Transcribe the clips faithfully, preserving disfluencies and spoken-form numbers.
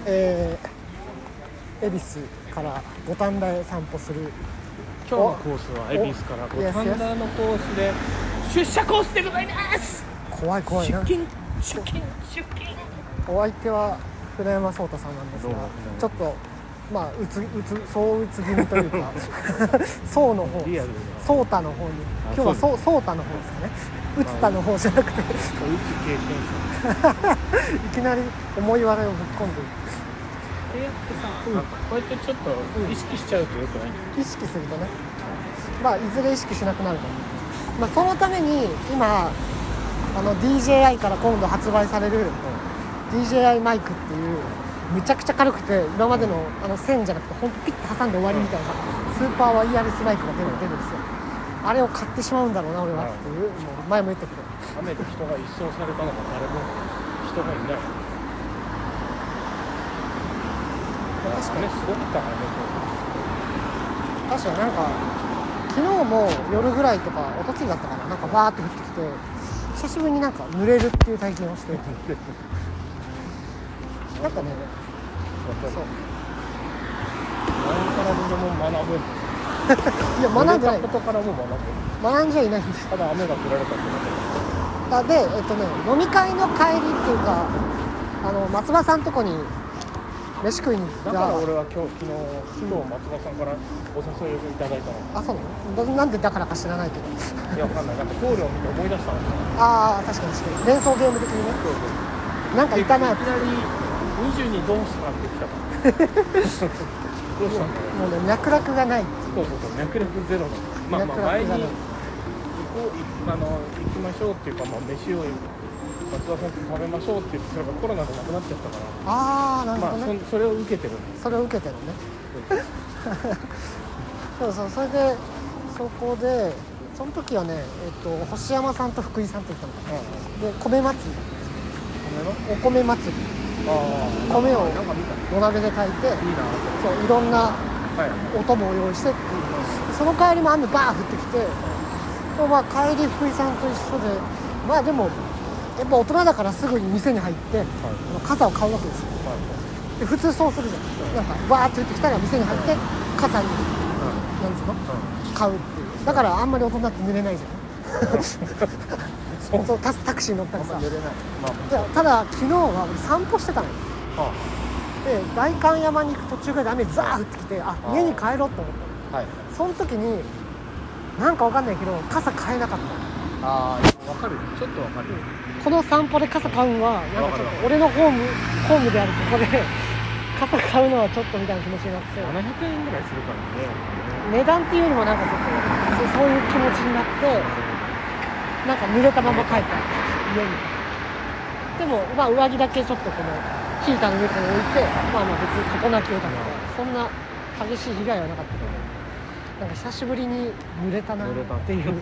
えー、恵比寿から五反田へ散歩する。 今日のコースは恵比寿から五反田のコースで出社コースでございます。 怖い怖いな。 出勤出勤出勤。 お相手は船山壮太さんなんですが、ちょっとまあうつうつそううつ気味というかそうの方、壮太の方に今日はそう壮太の方ですかね。うつたの方じゃなくて、うつ経験者いきなり思い笑いをぶっ込んでいる。 こうやってさ、うん、なんかこうやってちょっと意識しちゃうとよくない、 うん、意識するとね、まあいずれ意識しなくなると思う。まあそのために今あの ディージェーアイ から今度発売される、うん、ディージェーアイ マイクっていうめちゃくちゃ軽くて今までのあの線じゃなくてほんとピッと挟んで終わりみたいな、うん、スーパーワイヤレスマイクが出る、うん、出るんですよ。あれを買ってしまうんだろうな俺はっていう、うん、もう前も言ったけど、 雨で人が一掃されたのが誰も人がいない。 確かにすごかったからね。 確かになんか昨日も夜ぐらいとか一昨日だったかな、なんかバーって降ってきて久しぶりになんか濡れるっていう体験をしてなんかね、そう何からでも学ぶいや学んでないことからも学ぶ学んじゃいないんです。 ただ雨が降られたってだけで、えっとね、飲み会の帰りっていうかあの松葉さんとこに飯食いに行った。 だから俺は今日昨日今日松葉さんからお誘いをいただいたの。 あ、そうなの？なんでだからか知らないけどいやわかんない。なんか棟梁を見て思い出したの。 ああ確かに連想ゲーム的にね。 そうそうなんかいたな。いきなりにじゅうにどうしたって来たからどうしたんだろう。 もうね脈絡がない。 そうそうそう脈絡ゼロの。まあまあ前に行こうあの行きましょうっていうかまあ飯を松田さんと食べましょうって言ってそれがコロナでなくなっちゃったから。 ああなるほどね。 まあ そ, それを受けてる。 それを受けてるね。そうそう、それでそこでその時はね、えっと星山さんと福井さんと行ったのかな、うんうん、で米祭り、米のお米祭り、あ米を土鍋で炊いて、いいな、そういろんなお供を用意してっていう、はい、その帰りも雨バー降ってきて、うん、まあ帰り福井さんと一緒で、まあでもやっぱ大人だからすぐに店に入って、はい、傘を買うわけですよ、はい、で普通そうするじゃん、なんかバーって降ってきたら店に入って傘に、うん、なんつうの、うん、買うっていう。だからあんまり大人って濡れないじゃんそうそう タ, タクシー乗ったりさ、あんま濡れない、まあ、ただ昨日は散歩してたのよ、はあ、で代官山に行く途中から雨ザー降ってきて、あ家に帰ろうと思ったの、はい、その時になんかわかんないけど傘買えなかったの。 ああわかる、ちょっとわかる。 この散歩で傘買うのはなんかちょっと俺のホームホームであるここで傘買うのはちょっとみたいな気持ちになって、 ななひゃくえんぐらいするからね。 値段っていうよりもなんかちょっと そ, そういう気持ちになって、なんか濡れたまま帰った家に。でもまあ上着だけちょっとこのヒーターの上とかに置いて、まあまあ別に事なきを得たのでそんな激しい被害はなかったけど、なんか久しぶりに濡れたなっていう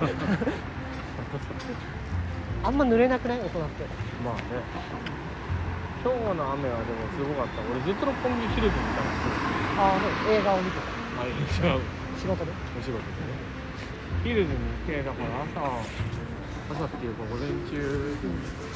あんま濡れなくない大人って。 まあね、今日の雨はでもすごかった。俺ずっと六本木ヒルズ見たんですよ。 ああ、映画を見てた。 はい、違う。 仕事でお仕事でね。ヒルズに行って、だから朝、朝っていうか午前中、うん、こ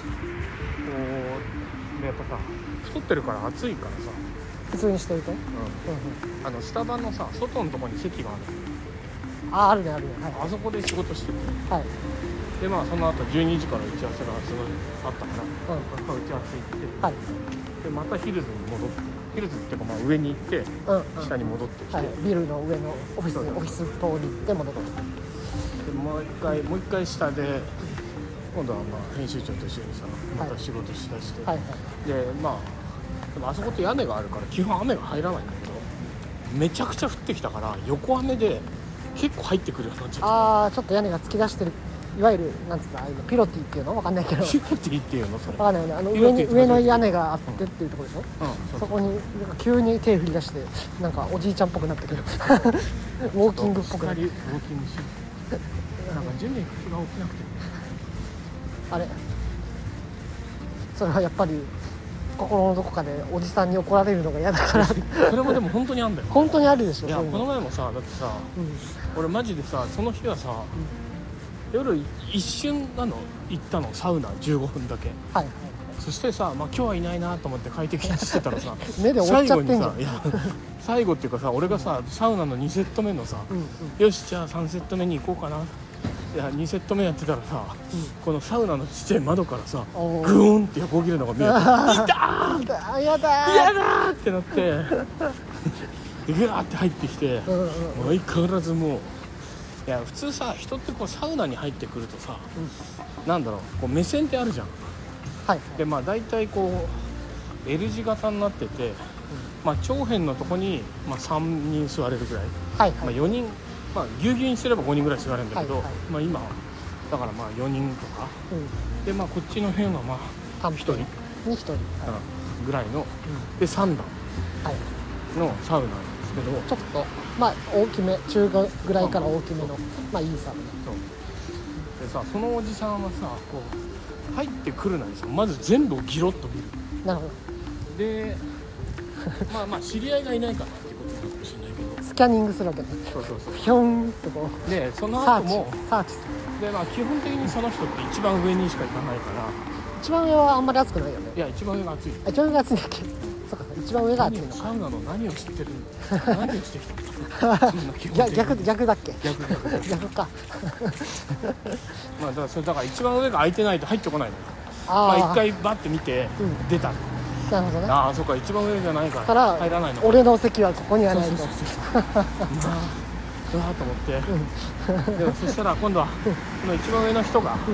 う、ね、やっぱさ、太ってるから暑いからさ。 普通にしてると、うんうんうん、あのスタバのさ、外のところに席があるの。ああ、あるね、あるね。はい、 あそこで仕事してて。 はい。 でまあその後じゅうにじから打ち合わせがすごいあったから、うん、打ち合わせ行って、はい、でまたヒルズに戻って、ヒルズっていうかまあ上に行って、うんうん、下に戻ってきて、はい、 ビルの上のオフィスオフィス棟に行って戻ってきて、 でもう一回もう一回下で今度はまあ編集長と一緒にさまた仕事しだして、はいはいはい、でまあでもあそこって屋根があるから基本雨が入らないんだけど、めちゃくちゃ降ってきたから横雨で結構入ってくるようになっちゃった。 ああ、ちょっと屋根が突き出してる、いわゆるなんつうの、ピロティっていうのわかんないけど、 ピロティっていうのそれわかんないよね。あの上に上の屋根があってっていうところでしょ、うんうん、そ, そこになんか急に手振り出してなんかおじいちゃんっぽくなったけどウォーキングっぽくなって、ウォーキングしなんか準備口が起きなくて、あれそれはやっぱり心のどこかでおじさんに怒られるのが嫌だからそれもでも本当にあるんだよ本当にあるでしょ。 いやこの前もさだってさ、うん、俺マジでさその日はさ、うん、夜一瞬なの行ったのサウナじゅうごふんだけ、はいはい、 そしてさ、まあ、今日はいないなと思って快適にしてたらさ目で追っちゃってんじゃん。 最後にさいや最後っていうかさ俺がさサウナのにセット目のさ、 うんうん、 よしじゃあさんセット目に行こうかな、いやにセット目やってたらさ、うん、このサウナのちっちゃい窓からさグーンって横切るのが見えて「いたーやだーやだー!」ってなってでグワーって入ってきて、うんうん、相変わらずもういや普通さ人ってこうサウナに入ってくるとさ、うん、なんだろうこう目線ってあるじゃん、はい、でまあ大体こう L 字型になってて、うん、まあ長辺のとこに、まあ、さんにん座れるぐらい、はいはい、まあ、よにんまあぎゅうぎゅうにすればごにんぐらい座れるんだけど、はいはい、まあ、今だからまあよにんとか、うん、でまあこっちの辺はまあひとりにひとりぐらいの、うん、でさん段のサウナなんですけど、 ちょっとまあ大きめ中ぐらいから大きめのまあいいサウナ。 そうでさそのおじさんはさこう入ってくるなりさまず全部をギロッと見る。 なるほど。 でまあまあ知り合いがいないかなっていうことなのかもしれないけどスキャニングするわけね。 そうそうそうひょんとこうでその後もサーチするでまあ基本的にその人って一番上にしか行かないから。 一番上はあんまり暑くないよね。 いや一番上が暑い。 あ一番上が暑いんだっけ。そうか一番上が暑いのか。 サウナの何を知ってるんだ何をしてきたの逆逆だっけ。 逆逆逆かまあだからそれだから一番上が空いてないと入ってこないのよ。あまあ一回バッて見て出た、うん、 なるほどね。 ああそうか一番上じゃないから入らないのか。 俺の席はここにはないと。 そうそうそうそううわーと思って、うん、でそしたら今度はこの一番上の人が、うん、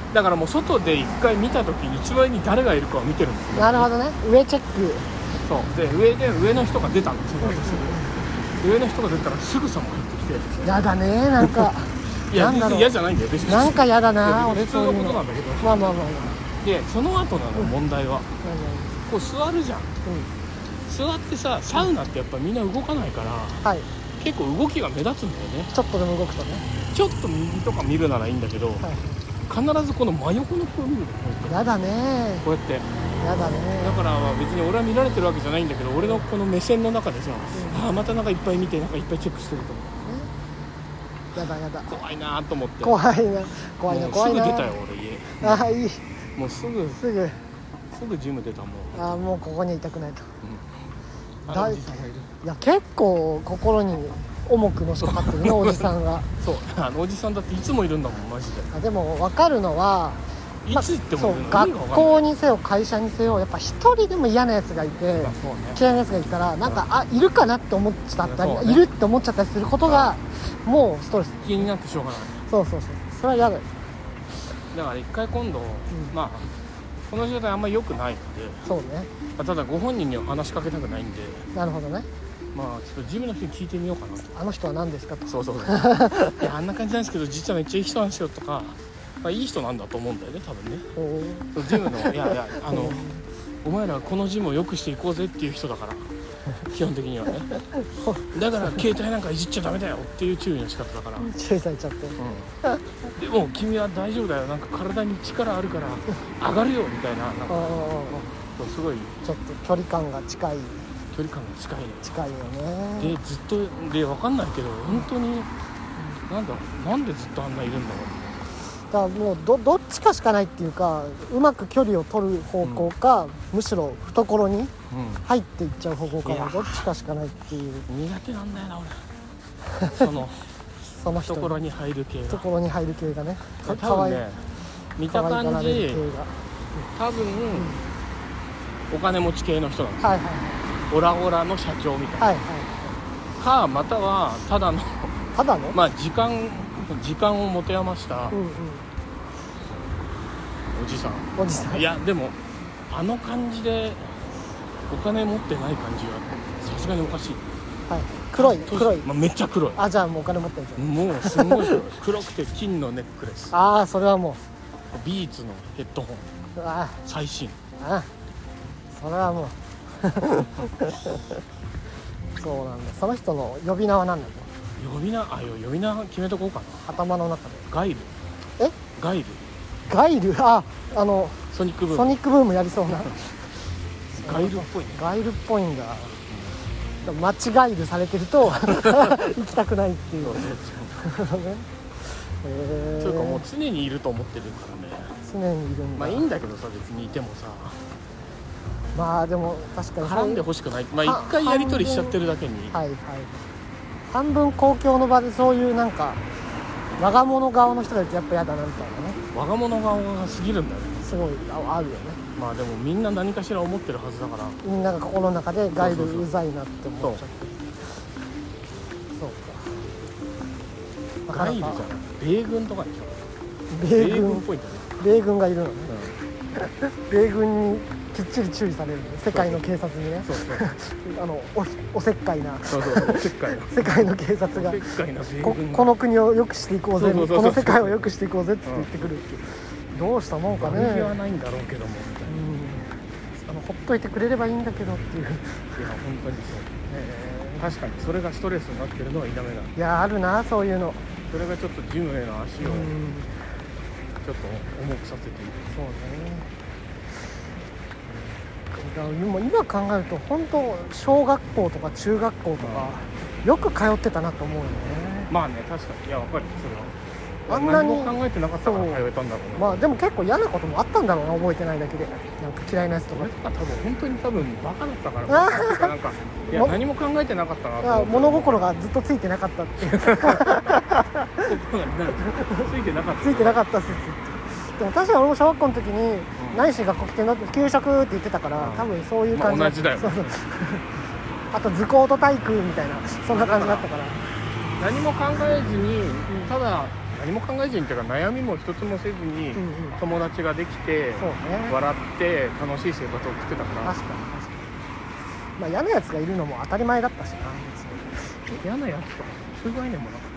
だからもう外で一回見た時に一番上に誰がいるかを見てるんですよ。 なるほどね。上チェック。 そうで上で上の人が出たんですよ。うん、上の人が出たらすぐさま入ってきて。 やだねなんかいや別に嫌じゃないんだよ別に。 なんかやだな俺そういうことなんだけど。 まあまあまあまあ。でその後なの問題は、うん、こう座るじゃん、うん、座ってさサウナってやっぱみんな動かないから、はい、結構動きが目立つんだよね。 ちょっとでも動くとね。 ちょっと右とか見るならいいんだけど、はい、必ずこの真横の子を見るの。 やだねこうやってやだね。 だから別に俺は見られてるわけじゃないんだけど俺のこの目線の中でさ、うん、ああまたなんかいっぱい見てなんかいっぱいチェックしてると思う。 やだやだ怖いなと思って。 怖いな怖いな怖いな。 すぐ出たよ俺家。 ああいい。 もうすぐすぐすぐジム出たもん。 ああもうここにいたくないと、 うん、あのおじさんがいる。 いや結構心に重くのしかかってるねおじさんが。 そうあのおじさんだっていつもいるんだもんマジで。 あでも分かるのは、 いつ行ってもいるの。 そう学校にせよ会社にせよやっぱ一人でも嫌なやつがいて、ね、嫌いなやつがいたらなんか、うん、あいるかなって思っちゃったり、ね、いるって思っちゃったりすることが、うん、もうストレス。 気になってしょうがない。 そうそうそうそれは嫌だよ。 だから一回今度、うん、まあこの状態あんまり良くないので。 そうね。 ただご本人には話しかけたくないんで。 なるほどね。 まあちょっとジムの人に聞いてみようかなと。 あの人は何ですかと。 そうそうそういやあんな感じなんですけど実はめっちゃいい人なんですよとか、まあ、いい人なんだと思うんだよね多分ね。ジムのいやいやあのお前らこのジムを良くしていこうぜっていう人だから基本的にはね。だから携帯なんかいじっちゃダメだよっていう注意の仕方だから。 注意されちゃって、 うん、でも君は大丈夫だよなんか体に力あるから上がるよみたいな、なんかすごいちょっと距離感が近い。 距離感が近いね。 近いよね。 でずっとで分かんないけど本当に、うん、なんだなんでずっとあんないるんだろう。 だからもう ど, どっちかしかないっていうかうまく距離を取る方向か、うん、むしろ懐に入っていっちゃう方向か、うん、どっちかしかないっていう。 苦手なんだよな俺そのその懐に入る系が懐に入る系がね。 多分ね見た感じ多分、うん、お金持ち系の人なんですよ、はいはいはい、オラオラの社長みたいな、はいはい、かまたはただのただのまあ時間時間を持て余した、うんうん、おじさんおじさん。 いやでもあの感じでお金持ってない感じはさすがにおかしい、 はい、黒い黒い、 まあ、めっちゃ黒い。 あじゃあもうお金持ってるじゃん。 もうすごい黒い黒くて金のネックレス。 ああそれはもうビーツのヘッドホンあ最新。 ああそれはもうそうなんだ。その人の呼び名は何なの。 呼び名あ呼び名決めとこうかな。 頭の中でガイル。 えガイルガイルああのソニックブームソニックブームやりそうなガイルっぽい、ね、 ガイルっぽいんだ、うん、間違いルされてると行きたくないっていうそうそうそう、ね、 えー、というかもう常にいると思ってるからね。 常にいるんだ。 まあいいんだけどさ、別にいてもさ、 まあでも確かに絡んでほしくない。まあ一回やり取りしちゃってるだけに、 はいはい、半分公共の場でそういうなんか我が物顔の人がいるとやっぱ嫌だなみたいなね。 我が物顔が過ぎるんだよね。 すごい あ, あるよね。まあでもみんな何かしら思ってるはずだから、 みんなが心の中でガイルうざいなって思っちゃって。そうか、 ガイルじゃない、米軍とかでしょ。 米軍米軍っぽいんだね。 米軍がいるのね、 うん、 米軍にきっちり注意される、ね、世界の警察にね。 そうそうあの お, おせっかいなそうそうおせっかいな世界の警察がおせっかいな米こ, 軍がこの国を良くしていこうぜ、 そうそうそうそうこの世界を良くしていこうぜって言ってくるっていう、うん、どうしたもんかね。 悪気はないんだろうけども、みたいな、うん、あのほっといてくれればいいんだけどっていう。いや本当にそう、えー、確かにそれがストレスになってるのは否めない。いやあるな、そういうの。 それがちょっとジムへの足を、うんちょっと重くさせている。 そうね。だから今今考えると本当小学校とか中学校とか、うん、よく通ってたなと思うよね。まあね、 確かに。いや分かる、それは。 あんなに何も考えてなかったから通えたんだろうね。 まあでも結構嫌なこともあったんだろうな、覚えてないだけで。なんか嫌いなやつとか。 俺とか多分本当に多分バカだったからかなんかいや何も考えてなかったなと思って。 物心がずっとついてなかったっていう。 ついてなかった。 ついてなかった説。でも確かに俺も小学校の時に何し学校来てんのって給食って言ってたから、多分そういう感じ、 まあ、同じだよ。 そうそうあと図工と体育みたいなそんな感じだったから、 何も考えずに、ただ何も考えずにっていうか悩みも一つもせずに友達ができて、そうね、笑って楽しい生活を送ってたから。 確かに確かに。まあ嫌なやつがいるのも当たり前だったしな。 嫌なやつとかそういう概念もなかった。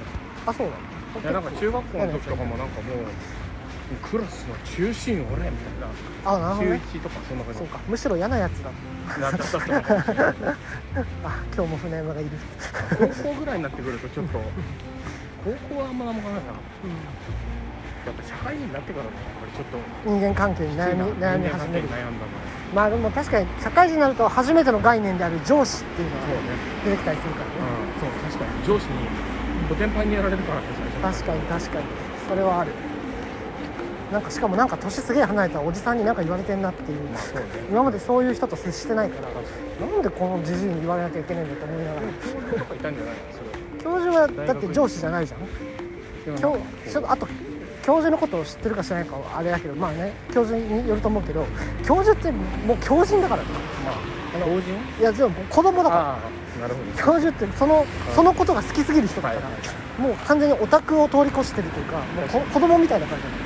あ、そうなの。 いやなんか中学校の時とかもなんかもうクラスの中心俺みたいな。 あ、なるほど、ね、 中いちとかそんな感じ。 そうか、むしろ嫌なやつだなっちゃったかもしれない。 あ、今日も船山がいる。 高校ぐらいになってくるとちょっと高校はあんま何も考えないな、うん、やっぱ社会人になってからね、やっぱりちょっと人間関係に悩み悩み始める。 悩んだの。 まあでも確かに社会人になると初めての概念である上司っていうのが出てきたりするからね。 そうね、うん、そう確かに上司にコテンパンにやられるからね、最初。 確かに確かにそれはある。なんかしかもなんか年すげえ離れたおじさんに何か言われてんなっていう、まあそうね、今までそういう人と接してないから、なんでこのじじいに言われなきゃいけないんだと思いながら。 教授とかいたんじゃないの？それ教授はだって上司じゃないじゃん。教ちょっとあと教授のことを知ってるか知らないかはあれだけど、まあね、教授によると思うけど、教授ってもう強人だからね。 まあ、強人？ いやでも子供だから。 なるほど。 教授ってそのそのことが好きすぎる人だから、はいはい、もう完全にオタクを通り越してるというか、もう子供みたいな感じだから。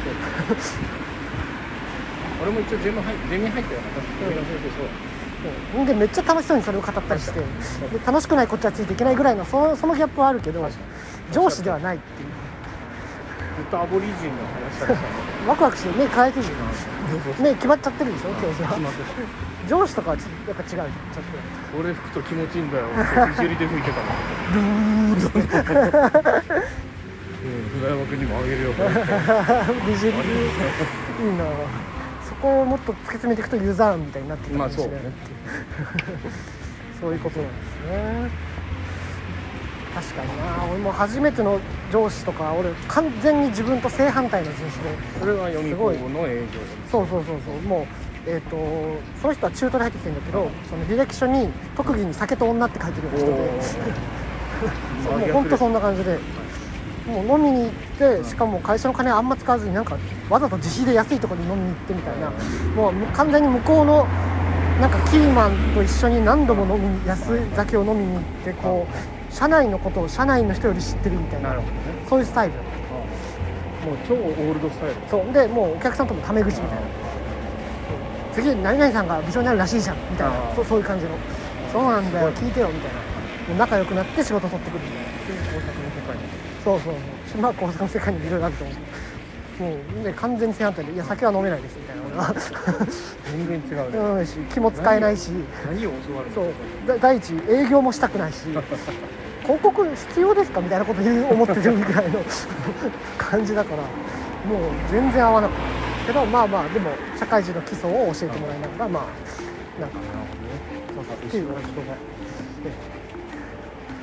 俺も一応ゼミ入ってゼミ入ったような感じで、めっちゃ楽しそうにそれを語ったりして、で楽しくないこっちはついていけないぐらいのその、そのギャップはあるけど、上司ではないっていう。 ずっとアボリジンの話だったワクワクして目変えてるじゃん。目決まっちゃってるでしょ、教授は。上司とかはやっぱ違うじゃん、ちょっと。 俺吹くと気持ちいいんだよ。後ろで吹いてたの。ルーッうん、船山君にもあげるよ。 美人いいな。そこをもっと突き詰めていくとユザーンみたいになってたかもしれないっていう、まあ そう、ね、そういうことなんですね。確かにな。俺も初めての上司とか俺完全に自分と正反対の人種で、 それは読み子の営業。 そうそうそうそう。もうえーとその人は中途で入ってきてるんだけど、その履歴書に特技に酒と女って書いてるような人で、もう本当そんな感じで。もう飲みに行って、しかも会社の金あんま使わずになんかわざと自費で安いところに飲みに行ってみたいな、もう完全に向こうのなんかキーマンと一緒に何度も飲みに安い酒を飲みに行って、こう社内のことを社内の人より知ってるみたい な, なるほど、ね、そういうスタイル。 もう超オールドスタイル。 そうで、もうお客さんともタメ口みたいな、次何々さんが部長になるらしいじゃんみたいな、そ う, そういう感じの、そうなんだよ聞いてよみたいな、もう仲良くなって仕事取ってくるみたいな。そうそうそう、まあ工作の世界にいろいろあると思う。もうで完全に正反対で、いや酒は飲めないですみたいな俺は。 全然違うね。 うんし、気も使えないし、 何を教わるの。 そう第一営業もしたくないし、広告必要ですかみたいなこと言う思ってるぐらいの感じだから、もう全然合わなくないけど、まあまあでも社会人の基礎を教えてもらいながら、まあなんかそうそうっていう人が。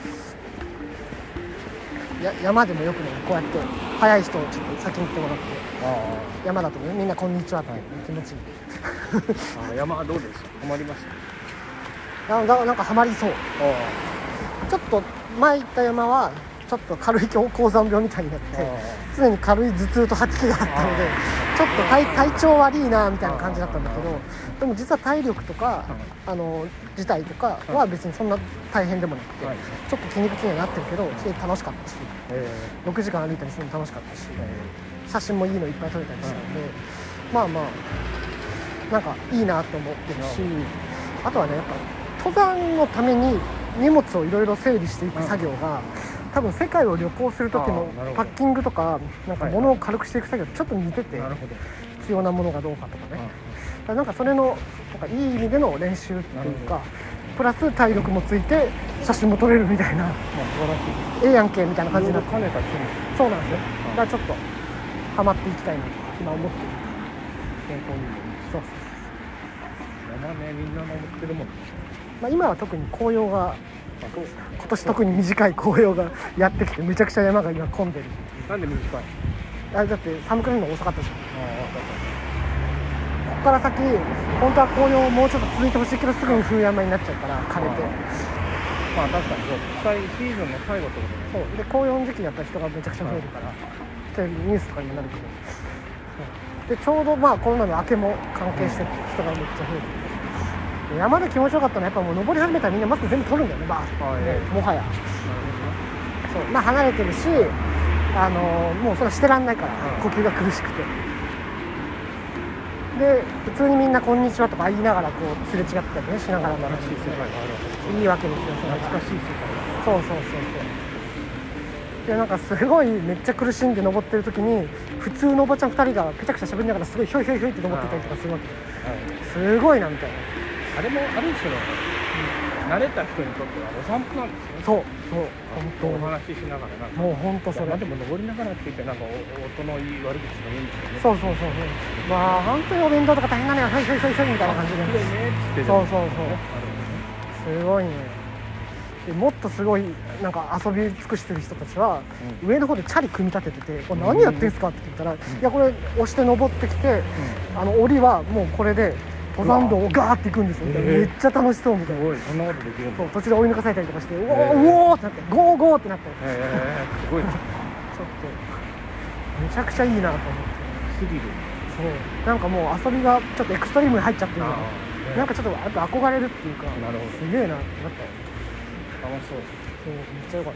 や山でもよくね、こうやって速い人をちょっと先に行ってもらって。 山だとね、みんなこんにちはって気持ちいい。 あ山はどうですか？ハマりましなななんかハマりそう。ちょっと前行った山はちょっと軽い高山病みたいになって常に軽い頭痛と吐き気があったのでちょっと 体, 体調悪いなみたいな感じだったんだけど、でも実は体力とかあの自体とかは別にそんな大変でもなくて、ちょっと筋肉痛にはなってるけどすごい楽しかったし、ろくじかん歩いたりするの楽しかったし、写真もいいのいっぱい撮れたりしたので、まあまあなんかいいなと思ってるし、あとはねやっぱ登山のために荷物をいろいろ整理していく作業が、多分世界を旅行する時のパッキングとかなんか物を軽くしていく作業とちょっと似てて、必要なものがどうかとかね、なんかそれのなんかいい意味での練習っていうか、プラス体力もついて写真も撮れるみたいな、ええやんけみたいな感じになって、そうなんですよ。だからちょっとハマっていきたいなと今思っている。健康にもいい。そうそう山ね、みんな登ってるもん。 まあ、今は特に紅葉が今年特に短い紅葉がやってきてめちゃくちゃ山が今混んでる。 なんで短い？ あれだって寒くなるの遅かったじゃん。ここから先本当は紅葉もうちょっと続いてほしいけどすぐに冬山になっちゃうから枯れて、 まあ確かにそうシーズンの最後ってことそうで紅葉の時期にやったら人がめちゃくちゃ増えるから、テレビニュースとかにもなるけど、でちょうどまあコロナの明けも関係して人がめっちゃ増えてる。山で気持ちよかったのはやっぱもう登り始めたらみんなマスク全部取るんだよね、バーッと、ね、もはやそう、まあ離れてるし、あのー、もうそれはしてらんないから、呼吸が苦しくて、で普通にみんなこんにちはとか言いながらこうすれ違ったりねしながらも新しい世界があるわけいいわけですよ。 懐かしい世界。 そうそうそうそう。でなんかすごいめっちゃ苦しんで登ってる時に普通のおばちゃんふたりがペチャクチャ喋りながらすごいひょいひょいひょいって登ってたりとかするわけ、すごいなみたいな。 あれもある種の、うん、慣れた人にとってはお散歩なんですね。 そうそう本当お話ししながらなんかもう本当それ。 でも登りながらって言ってなんか音のいい悪口がいいんですよね。 そうそうそうそう。まあ本当にお弁当とか大変なのよ、ひょいひょいひょいひょいみたいな感じで。 綺麗ねって。 そうそうそう。すごいね。でもっとすごいなんか遊び尽くしてる人たちは、うん、上の方でチャリ組み立ててて、これ何やってんすかって言ったら、うん、いやこれ押して登ってきて、うん、あの檻はもうこれで登山道をガーって行くんですよ、えー、めっちゃ楽しそうみたいな。 すごい、そんなことできるんだ。 途中で追い抜かされたりとかして、えー、うおーうおーってなって、ゴーゴーってなって、 えー、すごいちょっとめちゃくちゃいいなと思って。 スリル。 そうなんかもう遊びがちょっとエクストリームに入っちゃってるので、ね、なんかちょっとやっぱ憧れるっていうか、 なるほど、 すげえなってなったよ。 楽しそう。 そうめっちゃよかった。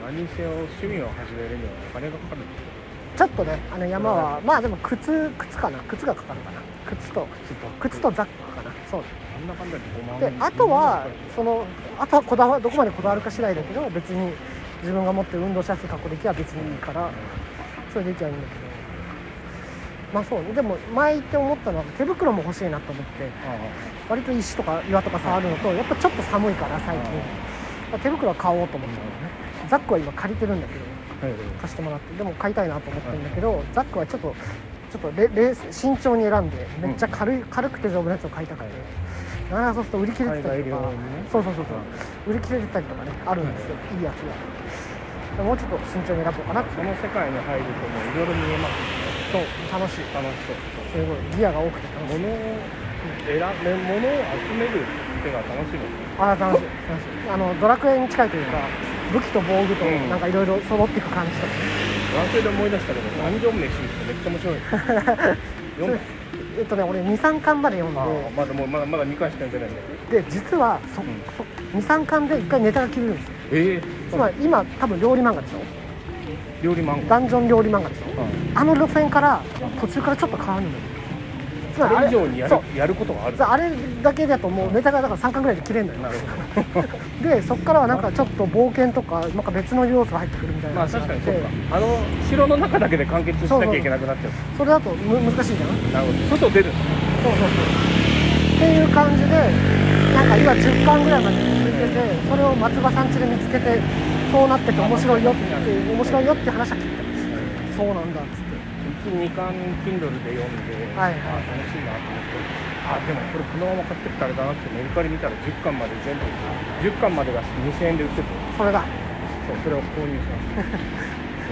何せよ趣味を始めるにはお金がかかる。 ちょっとね、あの山はまあでも靴靴かな、靴がかかるかな、靴と靴とザックかな。そうそんな感じでごまん。 であとはそのあとはこだわどこまでこだわるか次第だけど、別に自分が持ってる運動しやすい格好できは別にいいから、それでいきゃいいんだけど、まあそうね。でも前行って思ったのは手袋も欲しいなと思って、割と石とか岩とか触るのとやっぱちょっと寒いから最近手袋は買おうと思ったのね。ザックは今借りてるんだけど貸してもらって、でも買いたいなと思ってるんだけど、ザックはちょっとちょっとレレ慎重に選んでめっちゃ軽い軽くて丈夫なやつを買いたくて、なかなかそうすると売り切れてたりとか、そうそうそうそう売り切れてたりとかねあるんですよ、いいやつが。もうちょっと慎重に選ぼうかなって。 その世界に入るともういろいろ見えますね。 そう楽しい楽しそう。 すごいギアが多くて楽しい。 物を選ね物を集める手が楽しいの。 あ楽しい楽しい。あのドラクエに近いというか、武器と防具となんかいろいろ揃っていく感じとか、 ドラクエで思い出したけどダンジョン飯ってめっちゃ面白い。読んだえっとね俺にさんかんまで読んで、 あまだもうまだまだにかいしか読んでないんだけど、で実はそ、うん、そにさんかんでいっかいネタが切れるんですよ。 えー、 つまり今多分料理漫画でしょ。 料理漫画、 ダンジョン料理漫画でしょ、うん、あの路線から途中からちょっと変わるのよ。 つまりあれ以上にやる、やることがある。 あれだけだともうネタがだからさんかんぐらいで切れるのよ。なるほど。でそこからはなんかちょっと冒険とかなんか別の要素が入ってくるみたいな。 まあ確かにそうか。あの城の中だけで完結しなきゃいけなくなっちゃう。 それだとむ難しいじゃん。 なるほど。外出る。 そうそうそう。っていう感じでなんか今じゅっかんぐらいまで続いてて、それを松葉さん家で見つけて、そうなってて面白いよって面白いよって話は聞いたんですよ。そうなんだっつって。 にかん Kindle で読んで、はいはい、あ楽しいなと思って、あでもこれこのまま買ってきたらあれだなってメルカリ見たらじゅっかんまで全部じゅっかんまでがにせんえんで売ってて、 それだそうそれを購入しました。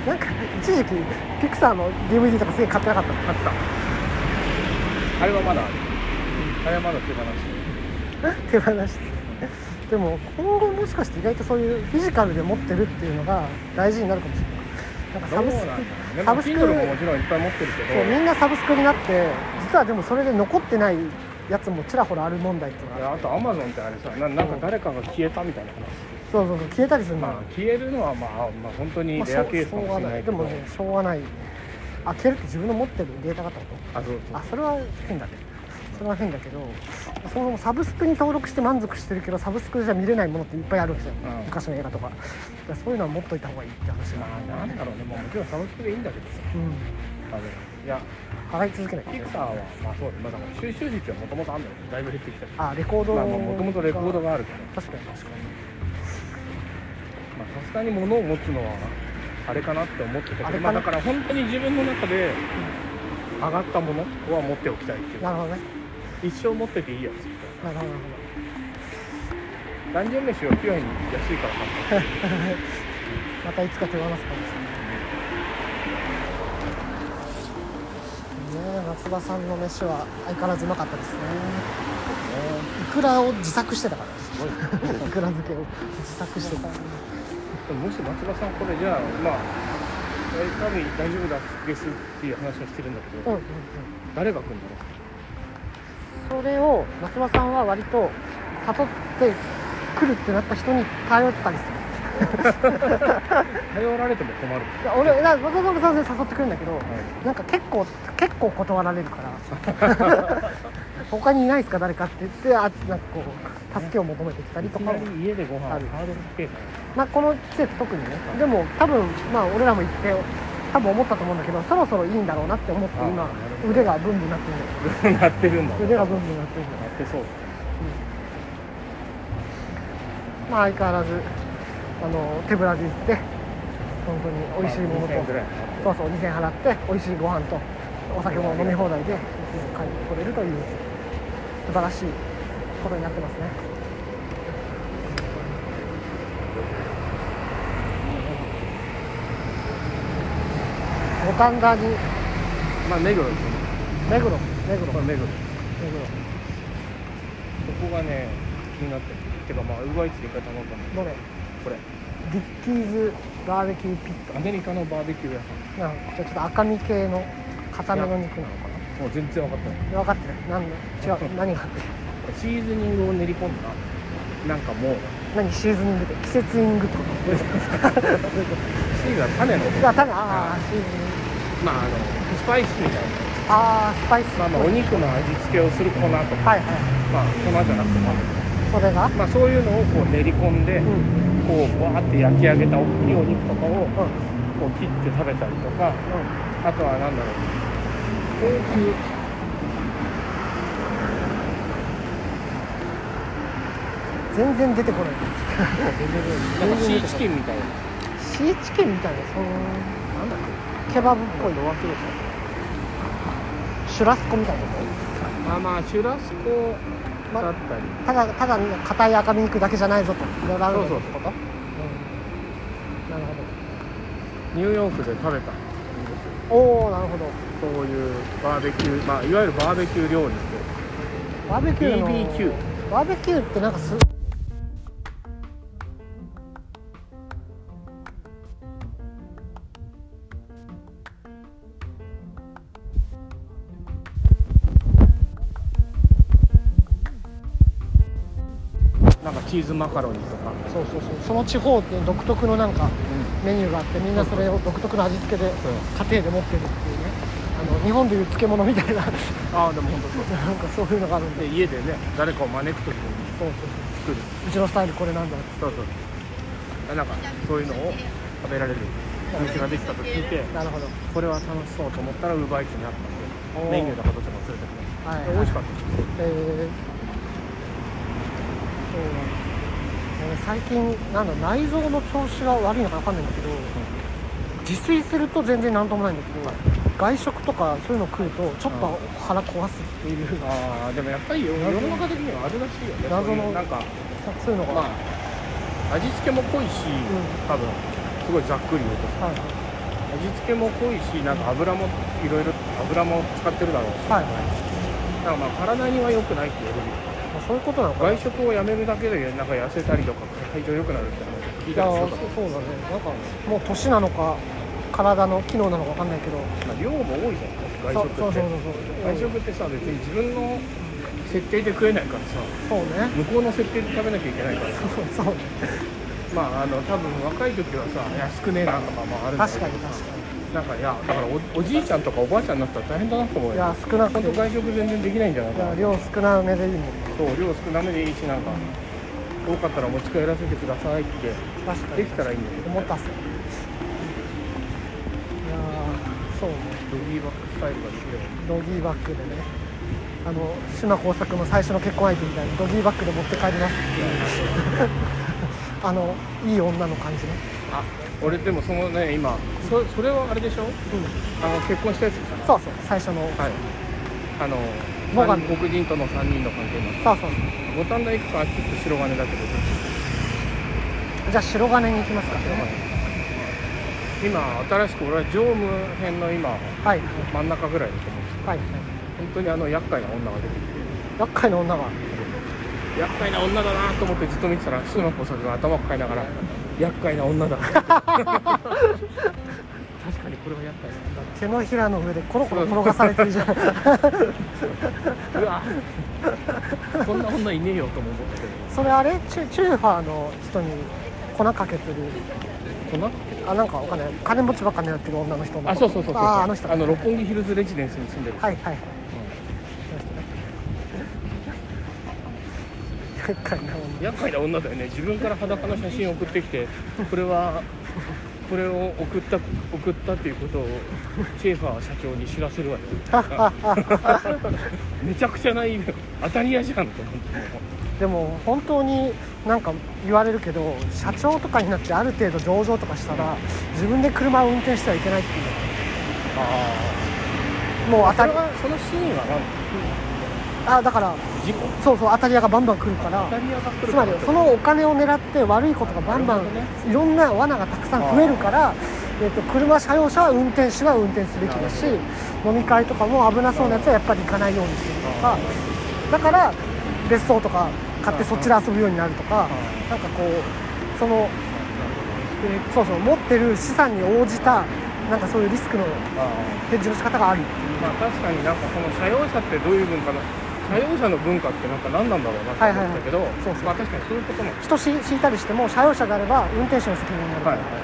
なんか一時期ピクサーの ディーブイディー とかすげえ買ってなかったの？ あった。あれはまだある。あれはまだ手放して手放してでも今後もしかして意外とそういうフィジカルで持ってるっていうのが大事になるかもしれない。なんかサブスク、 ね、 サブスク Kindle ももちろんいっぱい持ってるけど、 そうみんなサブスクになって実はでもそれで残ってないやつもちらほらある問題っていうのがあって、 あと Amazon ってあれさ な, なんか誰かが消えたみたいな話。 そうそうそう消えたりするの、 まあ、消えるのはまあ、まあ、本当にレアケースかもしれないけど、 まあ、でもねしょうがない。あ消えるって自分の持ってるデータがってこと？ あそうそうあそれは変だね。それは変だけど、そのサブスクに登録して満足してるけどサブスクじゃ見れないものっていっぱいあるんですよ、うん、昔の映画とか。だからそういうのは持っといた方がいいって話が。 まあなんだろうね、もうもちろんサブスクでいいんだけどさ、うん、あのいや払い続けない。 ピクサーはまあそうだ、まあ、だから収集率はもともとあるんだよね。だいぶ減ってきたけど。 あレコードがもともとレコードがあるから。 確かに確かに。 まあさすがに物を持つのはあれかなって思ってたけど、まあ、だから本当に自分の中で上がったものは持っておきたいっていう。 なるほどね。 一生持ってていいやつ。 なるほどなるほど。ダンジョン飯はピュアに安いから買った。 またいつか手放すかもしれない。ねえ、松葉さんの飯は相変わらずうまかったですね。イクラを自作してたから。すごい。イクラ漬けを自作してた。 もし松葉さんこれじゃあまあ多分大丈夫だですっていう話はしてるんだけど、うんうんうん、誰が来るんだろう。 それを松葉さんは割と誘って来るってなった人に頼ったりする。 頼られても困る。 いや俺松葉さんも全然誘ってくるんだけど、はい、なんか結構結構断られるから他にいないですか誰かって言ってあなんかこう助けを求めてきたりとかもある。 家でご飯ハードル低いから、 まあ、この季節特にね。でも多分まあ俺らも行って多分思ったと思うんだけどそろそろいいんだろうなって思って今腕がブンブンなってるんだよ。 なってるんだ。 腕がブンブンなってるんだよ。 なってそう、うん、 まあ相変わらずあの手ぶらで行って本当に美味しいものと、そうそうにせんえん払って美味しいご飯とお酒も飲み放題で帰ってこれるという素晴らしいことになってますね。五反田にまあ目黒ですよね。 目黒目黒これ目黒目黒そこがね気になってるけど、まあウーバーイーツで一回頼んだんだけど、どれこれディッキーズバーベキューピット。 アメリカのバーベキュー屋さん。 なんかちょっと赤身系の固めの肉なのかな。 もう全然分かってない。 分かってない。何の違う何が入ってる。 シーズニングを練り込んだなんかもう何シーズニングって季節イングってこと？ シーズは種の。 あ種ああシーズニング。 まああのスパイスみたいな。 ああスパイス。 まあまあお肉の味付けをする粉とか。はいはい。まあ粉じゃなくても。 それが？ まあそういうのをこう練り込んで、うん、こうバーって焼き上げた大きいお肉とかを、うん、こう切って食べたりとか、うん、あとはなんだろう高級全然出てこない。 なんかシーチキンみたいな。 シーチキンみたいなそのなんだっけケバブっぽいの分けるシュラスコみたいなの。 まあまあシュラスコだったり、 ま、ただただ硬い赤身肉だけじゃないぞと。 そうそうそう。うん、 なるほど。 ニューヨークで食べた。 おおなるほど。 そういうバーベキュー、まあいわゆるバーベキュー料理ってバーベキューのビービーキュー。 バーベキューってなんかすなんかチーズマカロニとか。 そうそうそう。その地方って独特のなんかメニューがあって、みんなそれを独特の味付けで家庭で持ってるっていうね。あの日本でいう漬物みたいな。 ああでも本当そう。 なんかそういうのがあるんで。 で家でね誰かを招くときにそうそう作る。 うちのスタイルこれなんだって。 そうそう。なんかそういうのを食べられるお店ができたと聞いて、なるほど。これは楽しそうと思ったらウーバーイーツにあったんでメニューとかどっちも連れてきました。はい、はい、美味しかったです。 えー最近なんだ内臓の調子が悪いのか分かんないんだけど、うん、自炊すると全然なんともないんだけど、はい、外食とかそういうの食うとちょっと腹壊すっていう。 ああでもやっぱり世の中的にはあるらしいよね。 謎のなんかそういうのが、 まあ、味付けも濃いし、うん、多分すごいざっくり言うとさ、はい、 味付けも濃いし、なんか油もいろいろ油も使ってるだろうし、 はい、 だからまあ体には良くないって言える。 そういうことなのかな。 外食をやめるだけでなんか痩せたりとか体調良くなるって話聞いたりするから。 そうだね。なんかもう年なのか体の機能なのか分かんないけど、 まあ、量も多いじゃん外食って。 そうそうそうそう外食ってさ、別に自分の設定で食えないからさ、 そうね、 向こうの設定で食べなきゃいけないからさ、 そうそうまああの多分若い時はさ安くねえなとかもあるんだけど、 確かに確かに。 なんかいやだから お, おじいちゃんとかおばあちゃんになったら大変だなと思うよ。 いや少なくて本当外食全然できないんじゃないかな。 いや量少なめでいいもん。 そう量少なめでいいし、なんか多かったら持ち帰らせてくださいって確かにできたらいいんだけど、 思ったっすよ。いやーそうね、 ドギーバックスタイルができれば。 ドギーバッグでね、あの島耕作の最初の結婚相手みたいにドギーバッグで持って帰りますっていうあのいい女の感じね。 あ、俺でもそのね今 そ, それはあれでしょ、うん、あの結婚したやつじゃん。 そうそう最初の、 はい、あのモガン黒人とのさんにんの関係になって、 そうそう五反田行くかちょっと白金だけど、 じゃあ白金に行きますか。 今新しく俺は常務編の今、 はい、 真ん中ぐらいだと思うんですけど、 はい、 本当にあの厄介な女が出てきて、 厄介な女が厄介な女だなと思ってずっと見てたら、島耕作が頭を抱えながら厄介な女だ確かにこれは厄介な女だ。 手のひらの上でコロコロ転がされてるじゃんうわこんな女いねえよとも思ったけど、 それあれチュチューファーの人に粉かけてる粉あ、なんかわかんない、金持ちばっか狙ってる女の人の。 あ、そうそうそうそう、 ああの人、 あの六本木ヒルズレジデンスに住んでる。 はいはいはい、厄介な女。 厄介な女だよね。自分から裸の写真を送ってきて、これはこれを送った送ったっていうことをシェーファー社長に知らせるわよめちゃくちゃない当たり屋じゃんと思って。 でも本当になんか言われるけど、社長とかになってある程度上場とかしたら自分で車を運転してはいけないっていう。 ああ、もう当たり、 そのシーンは何？ あ、だから事故？ そうそう、当たり屋がバンバン来るから、 当たり屋が来るつまりそのお金を狙って悪いことがバンバン、ね、いろんな罠がたくさん増えるから、えー、と車車用車は運転手は運転すべきだし、飲み会とかも危なそうなやつはやっぱり行かないようにするとか、だから別荘とか買ってそっちで遊ぶようになるとか、なんかこうそのそうそう持ってる資産に応じたなんかそういうリスクのヘッジの仕方があるっていう。 まあ確かになんかこの車用車ってどういう文化なの？車用車の文化ってなんか何なんだろうなと思ったけど、まあ確かにそういうことなの。 人し敷いたりしても車用車であれば運転手の責任になるから、はいはい、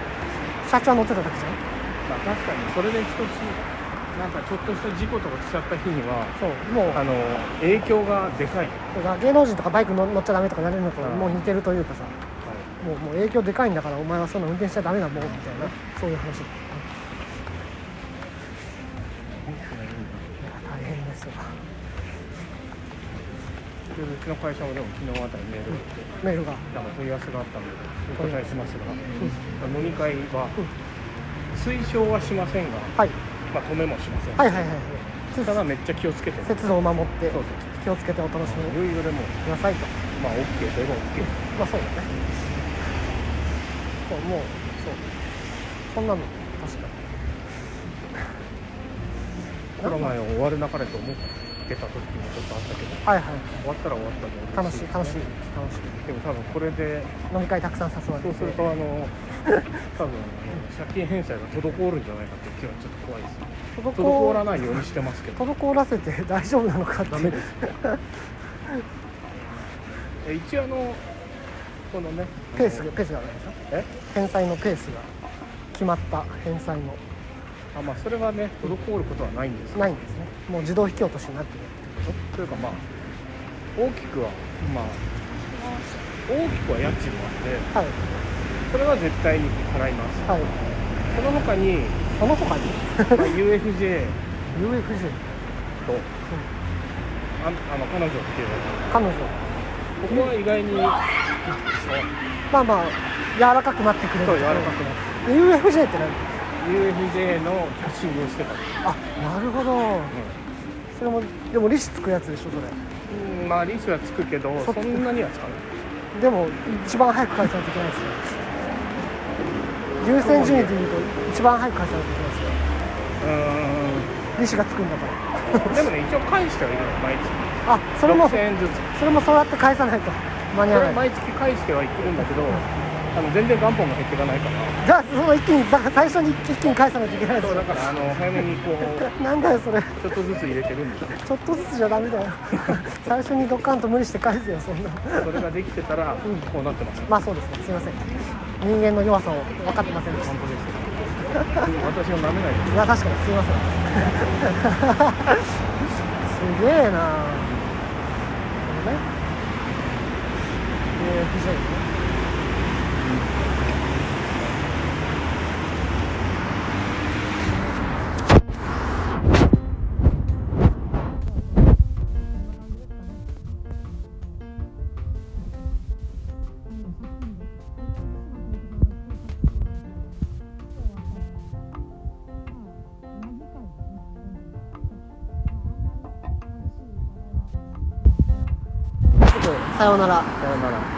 社長は乗ってただけじゃん。 まあ確かにそれで人しなんかちょっとした事故とかしちゃった日にはそうもうあの影響がでかい。 だから芸能人とかバイク乗っちゃダメとかなれるのともう似てるというかさ、はい、もうもう影響でかいんだからお前はそんな運転しちゃダメだもんみたいな、そういう話。大変ですよ。 うちの会社もでも昨日あたりメールメールがなんか問い合わせがあったのでお答えしますが、うん、飲み会は推奨はしませんが、はい、まあ止めもしません。 はいはいはい。 ただめっちゃ気をつけて、 節度を守ってそうそう気をつけてお楽しみいろいろでもくださいと。 まあ OK といえば OK。 まあそうだね。そうもうそうそんなの確かに。 コロナを終わるなかれと思ってた時もちょっとあったけど、 はいはい、 終わったら終わったで、ね、 楽しい楽しい楽しい。 でも多分これで飲み会たくさん誘われて、 そうするとあの多分借金返済が滞るんじゃないかっていう気はちょっと怖いですね。滞らないようにしてますけど。 滞らせて大丈夫なのかってダメです一応あのこのねペースがペースがあるんでしょ。え返済のペースが決まった返済のあ、まあそれはね滞ることはないんです、ね、 ないんですね。もう自動引き落としになってるってことというか、まあ大きくはまあ大きくは家賃もあって、はい、それは絶対に払います、はい、その他にその他にまあ ユーエフジェーユーエフジェーと、うん、あ, あの彼女っていう彼女ここは意外にまあまあ柔らかくなってくれる。そう柔らかくなって ユーエフジェー って何？ ユーエフジェー のキャッシングをしてた。 あ、なるほど、うん、それもでも利子つくやつでしょそれ。 うん、まあ利子はつくけど そ, そんなにはつかない。 でも一番早く返さないといけないですね。 優先順位でいうと一番早く返さないといけないですよ。 うーん利子がつくんだからでもね、一応返してはいるの、毎月あ、それもろくせんえんずつ。 それもそうやって返さないと間に合わない。 毎月返してはいってるんだけど、あの全然元本が減っていかないから。 じゃあその一気にだから最初に一気に返さないといけないですよ。 そうだからあの早めにこうなんだよそれ。 ちょっとずつ入れてるんですよ。 ちょっとずつじゃダメだよ最初にドカンと無理して返すよそんな。 それができてたらうんこうなってます。 まあそうですね、すいません、人間の弱さを分かってませんでした。 本当ですよ。私を舐めないで。 いや確かにすいませんすげえなあ。これねえー、非常にねさようなら。 さよなら。